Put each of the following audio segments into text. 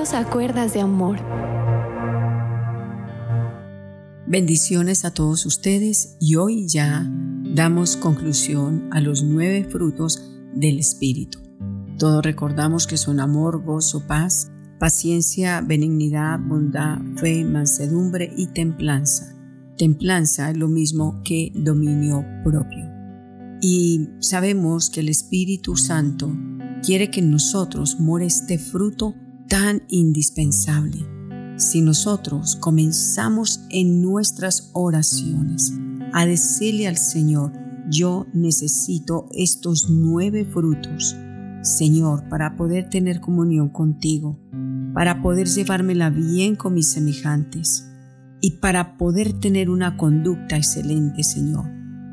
Dios a cuerdas de amor. Bendiciones a todos ustedes y hoy ya damos conclusión a los 9 frutos del Espíritu. Todos recordamos que son amor, gozo, paz, paciencia, benignidad, bondad, fe, mansedumbre y templanza. Templanza es lo mismo que dominio propio. Y sabemos que el Espíritu Santo quiere que en nosotros more este fruto tan indispensable. Si nosotros comenzamos en nuestras oraciones a decirle al Señor, yo necesito estos 9 frutos, Señor, para poder tener comunión contigo, para poder llevármela bien con mis semejantes y para poder tener una conducta excelente, Señor.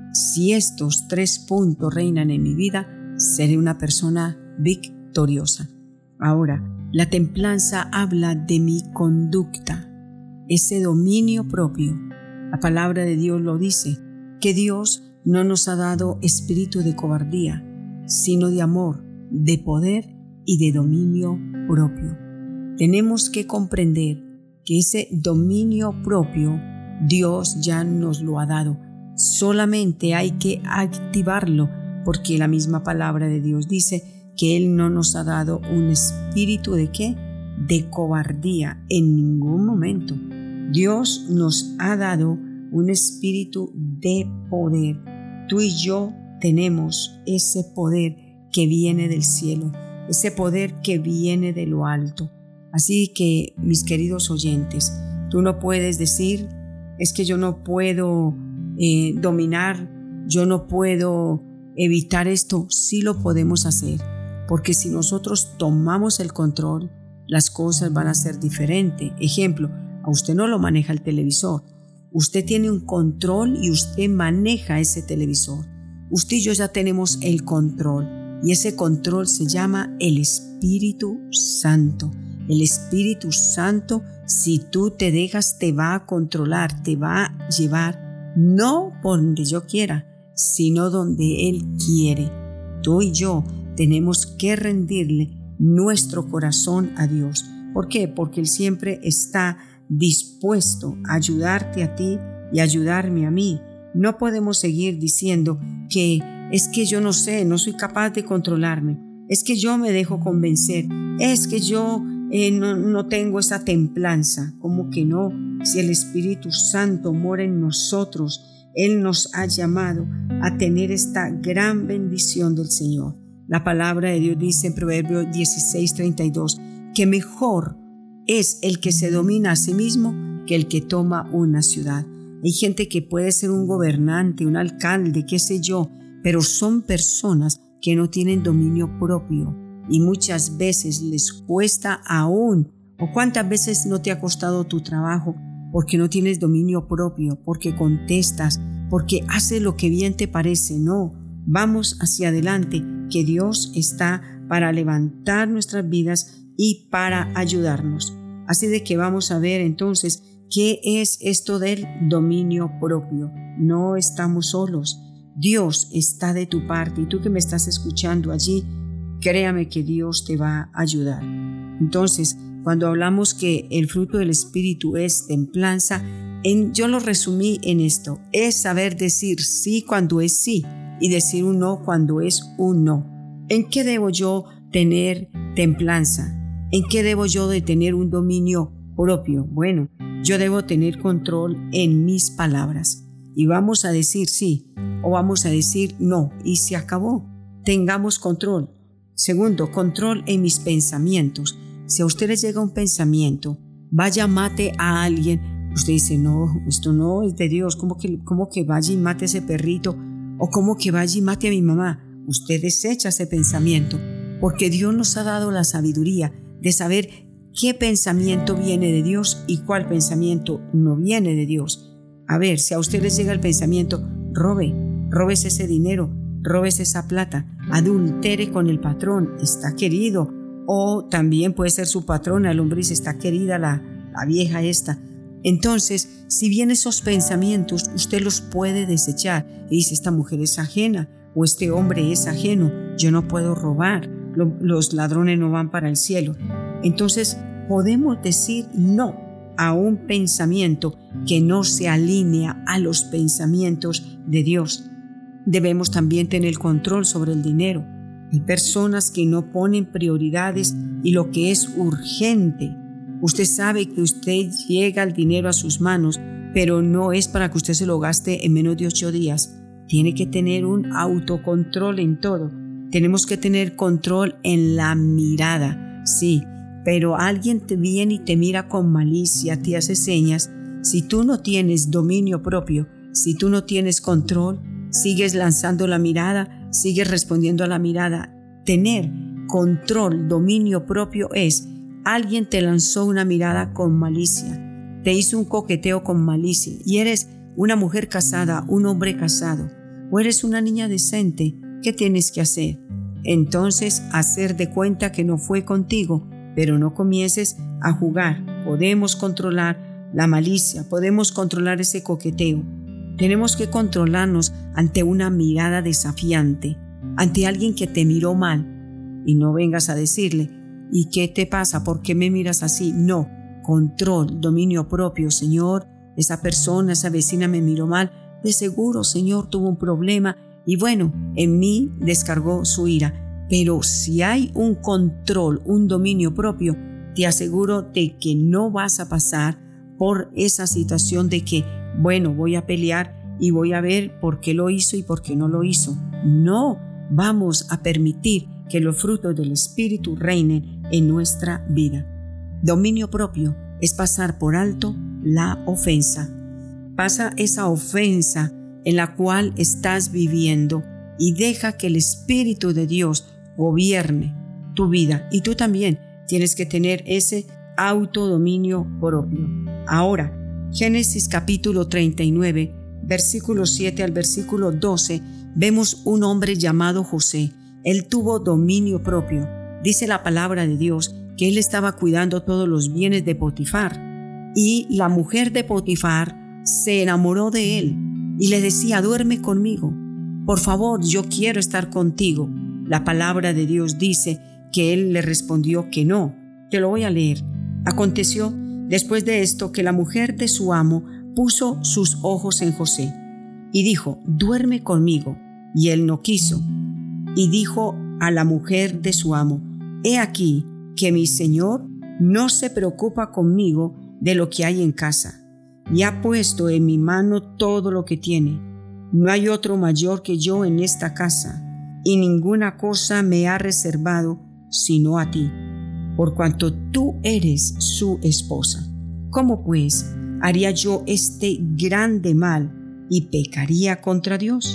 Si estos 3 puntos reinan en mi vida, seré una persona victoriosa. Ahora, la templanza habla de mi conducta, ese dominio propio. La palabra de Dios lo dice, que Dios no nos ha dado espíritu de cobardía, sino de amor, de poder y de dominio propio. Tenemos que comprender que ese dominio propio Dios ya nos lo ha dado. Solamente hay que activarlo, porque la misma palabra de Dios dice que Él no nos ha dado un espíritu ¿de qué? De cobardía en ningún momento. Dios nos ha dado un espíritu de poder. Tú y yo tenemos ese poder que viene del cielo, ese poder que viene de lo alto. Así que, mis queridos oyentes, tú no puedes decir, es que yo no puedo dominar, yo no puedo evitar esto. Sí lo podemos hacer. Porque si nosotros tomamos el control, las cosas van a ser diferentes. Ejemplo, a usted no lo maneja el televisor. Usted tiene un control y usted maneja ese televisor. Usted y yo ya tenemos el control. Y ese control se llama el Espíritu Santo. El Espíritu Santo, si tú te dejas, te va a controlar, te va a llevar, no por donde yo quiera, sino donde Él quiere. Tú y yo tenemos que rendirle nuestro corazón a Dios. ¿Por qué? Porque Él siempre está dispuesto a ayudarte a ti y ayudarme a mí. No podemos seguir diciendo que es que yo no sé, no soy capaz de controlarme, es que yo me dejo convencer, es que yo no tengo esa templanza. ¿Cómo que no? Si el Espíritu Santo mora en nosotros, Él nos ha llamado a tener esta gran bendición del Señor. La palabra de Dios dice en Proverbios 16:32 que mejor es el que se domina a sí mismo que el que toma una ciudad. Hay gente que puede ser un gobernante, un alcalde, qué sé yo, pero son personas que no tienen dominio propio y muchas veces les cuesta aún. ¿O cuántas veces no te ha costado tu trabajo porque no tienes dominio propio, porque contestas, porque haces lo que bien te parece? No, vamos hacia adelante, que Dios está para levantar nuestras vidas y para ayudarnos. Así de que vamos a ver entonces qué es esto del dominio propio. No estamos solos. Dios está de tu parte y tú que me estás escuchando allí, créame que Dios te va a ayudar. Entonces, cuando hablamos que el fruto del Espíritu es templanza, yo lo resumí en esto: es saber decir sí cuando es sí y decir un no cuando es un no. ¿En qué debo yo tener templanza? ¿En qué debo yo de tener un dominio propio? Bueno, yo debo tener control en mis palabras y vamos a decir sí o vamos a decir no y se acabó. Tengamos control. Segundo, control en mis pensamientos. Si a usted le llega un pensamiento, vaya, mate a alguien, usted dice, no, esto no es de Dios, ¿cómo que vaya y mate a ese perrito? O ¿cómo que vaya y mate a mi mamá? Usted desecha ese pensamiento, porque Dios nos ha dado la sabiduría de saber qué pensamiento viene de Dios y cuál pensamiento no viene de Dios. A ver, si a usted les llega el pensamiento, robes ese dinero, robes esa plata, adultere con el patrón, está querido. O también puede ser su patrona, el hombre dice, está querida la vieja esta. Entonces, si bien esos pensamientos usted los puede desechar y dice, esta mujer es ajena o este hombre es ajeno, yo no puedo robar, los ladrones no van para el cielo. Entonces, podemos decir no a un pensamiento que no se alinea a los pensamientos de Dios. Debemos también tener control sobre el dinero. Hay personas que no ponen prioridades y lo que es urgente. Usted sabe que usted llega el dinero a sus manos, pero no es para que usted se lo gaste en menos de 8 días. Tiene que tener un autocontrol en todo. Tenemos que tener control en la mirada, sí, pero alguien te viene y te mira con malicia, te hace señas. Si tú no tienes dominio propio, si tú no tienes control, sigues lanzando la mirada, sigues respondiendo a la mirada. Tener control, dominio propio es, alguien te lanzó una mirada con malicia, te hizo un coqueteo con malicia y eres una mujer casada, un hombre casado, o eres una niña decente. ¿Qué tienes que hacer? Entonces, hacer de cuenta que no fue contigo, pero no comiences a jugar. Podemos controlar la malicia, podemos controlar ese coqueteo. Tenemos que controlarnos ante una mirada desafiante, ante alguien que te miró mal, y no vengas a decirle, ¿y qué te pasa? ¿Por qué me miras así? No, control, dominio propio. Señor, esa persona, esa vecina me miró mal, de seguro, Señor, tuvo un problema y bueno, en mí descargó su ira. Pero si hay un control, un dominio propio, te aseguro de que no vas a pasar por esa situación de que, bueno, voy a pelear y voy a ver por qué lo hizo y por qué no lo hizo. No vamos a permitir que los frutos del Espíritu reinen en nuestra vida. Dominio propio es pasar por alto la ofensa. Pasa esa ofensa en la cual estás viviendo y deja que el Espíritu de Dios gobierne tu vida. Y tú también tienes que tener ese autodominio propio. Ahora, Génesis capítulo 39, versículo 7 al versículo 12, vemos un hombre llamado José. Él tuvo dominio propio. Dice la palabra de Dios que él estaba cuidando todos los bienes de Potifar. Y la mujer de Potifar se enamoró de él y le decía, duerme conmigo. Por favor, yo quiero estar contigo. La palabra de Dios dice que él le respondió que no. Te lo voy a leer. Aconteció después de esto que la mujer de su amo puso sus ojos en José y dijo, duerme conmigo. Y él no quiso. Y dijo a la mujer de su amo, he aquí que mi señor no se preocupa conmigo de lo que hay en casa, y ha puesto en mi mano todo lo que tiene. No hay otro mayor que yo en esta casa, y ninguna cosa me ha reservado sino a ti, por cuanto tú eres su esposa. ¿Cómo pues haría yo este grande mal y pecaría contra Dios?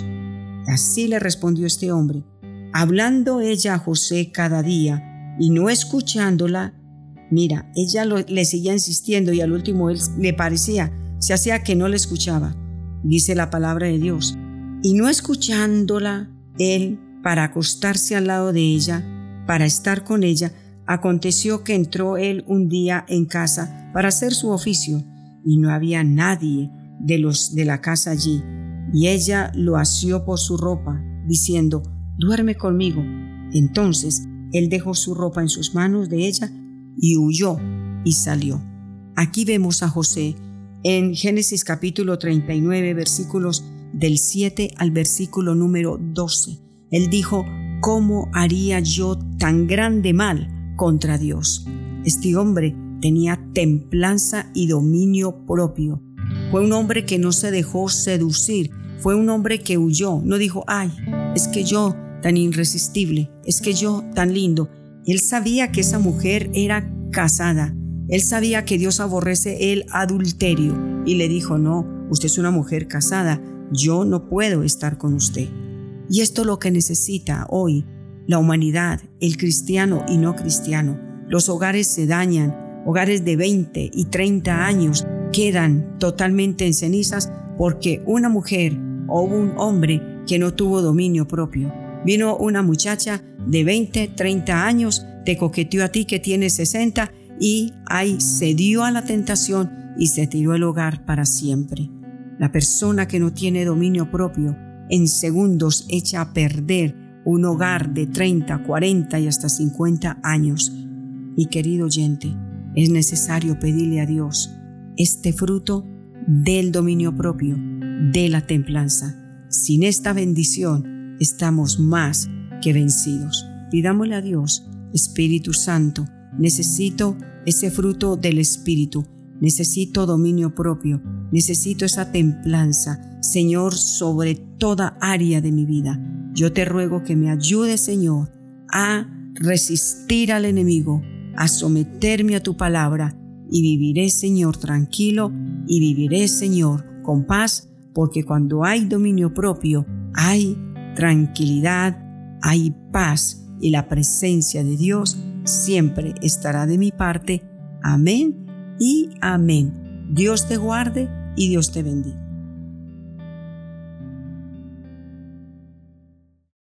Así le respondió este hombre. Hablando ella a José cada día y no escuchándola, mira, ella le seguía insistiendo y al último él le parecía, se hacía que no le escuchaba. Dice la palabra de Dios. Y no escuchándola él para acostarse al lado de ella, para estar con ella, aconteció que entró él un día en casa para hacer su oficio y no había nadie de los de la casa allí. Y ella lo asió por su ropa, diciendo, duerme conmigo. Entonces él dejó su ropa en sus manos de ella y huyó y salió. Aquí vemos a José en Génesis capítulo 39, versículos del 7 al versículo número 12. Él dijo, ¿cómo haría yo tan grande mal contra Dios? Este hombre tenía templanza y dominio propio. Fue un hombre que no se dejó seducir. Fue un hombre que huyó. No dijo, ay, es que yo tan irresistible, es que yo tan lindo. Él sabía que esa mujer era casada. Él sabía que Dios aborrece el adulterio y le dijo, no, usted es una mujer casada, yo no puedo estar con usted. Y esto es lo que necesita hoy la humanidad, el cristiano y no cristiano. Los hogares se dañan, hogares de 20 y 30 años quedan totalmente en cenizas porque una mujer o un hombre que no tuvo dominio propio. Vino una muchacha de 20, 30 años, te coqueteó a ti que tienes 60 y ahí se dio a la tentación y se tiró el hogar para siempre. La persona que no tiene dominio propio en segundos echa a perder un hogar de 30, 40 y hasta 50 años. Mi querido oyente, es necesario pedirle a Dios este fruto del dominio propio, de la templanza. Sin esta bendición estamos más que vencidos. Pidámosle a Dios: Espíritu Santo, necesito ese fruto del Espíritu, necesito dominio propio, necesito esa templanza, Señor, sobre toda área de mi vida. Yo te ruego que me ayudes, Señor, a resistir al enemigo, a someterme a tu palabra, y viviré, Señor, tranquilo, y viviré, Señor, con paz, porque cuando hay dominio propio, hay tranquilidad, hay paz, y la presencia de Dios siempre estará de mi parte. Amén y amén. Dios te guarde y Dios te bendiga.